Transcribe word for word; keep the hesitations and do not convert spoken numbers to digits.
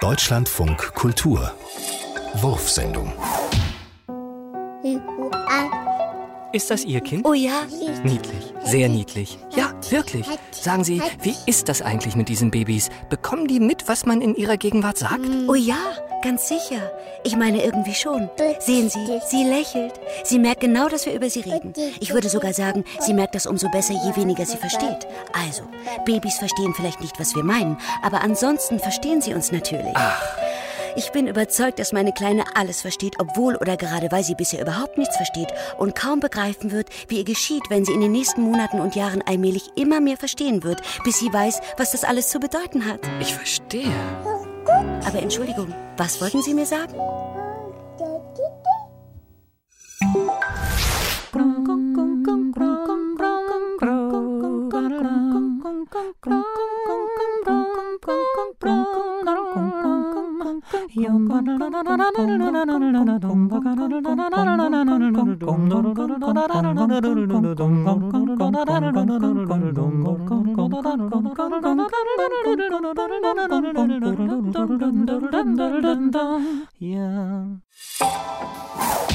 Deutschlandfunk Kultur Wurfsendung. Ist das Ihr Kind? Oh ja. Niedlich, sehr niedlich. Ja, wirklich. Sagen Sie, wie ist das eigentlich mit diesen Babys? Bekommen die mit, was man in ihrer Gegenwart sagt? Oh ja, ganz sicher. Ich meine irgendwie schon. Sehen Sie, sie lächelt. Sie merkt genau, dass wir über sie reden. Ich würde sogar sagen, sie merkt das umso besser, je weniger sie versteht. Also, Babys verstehen vielleicht nicht, was wir meinen, aber ansonsten verstehen sie uns natürlich. Ach. Ich bin überzeugt, dass meine Kleine alles versteht, obwohl oder gerade weil sie bisher überhaupt nichts versteht und kaum begreifen wird, wie ihr geschieht, wenn sie in den nächsten Monaten und Jahren allmählich immer mehr verstehen wird, bis sie weiß, was das alles zu bedeuten hat. Ich verstehe. Aber Entschuldigung, was wollten Sie mir sagen? Yeah.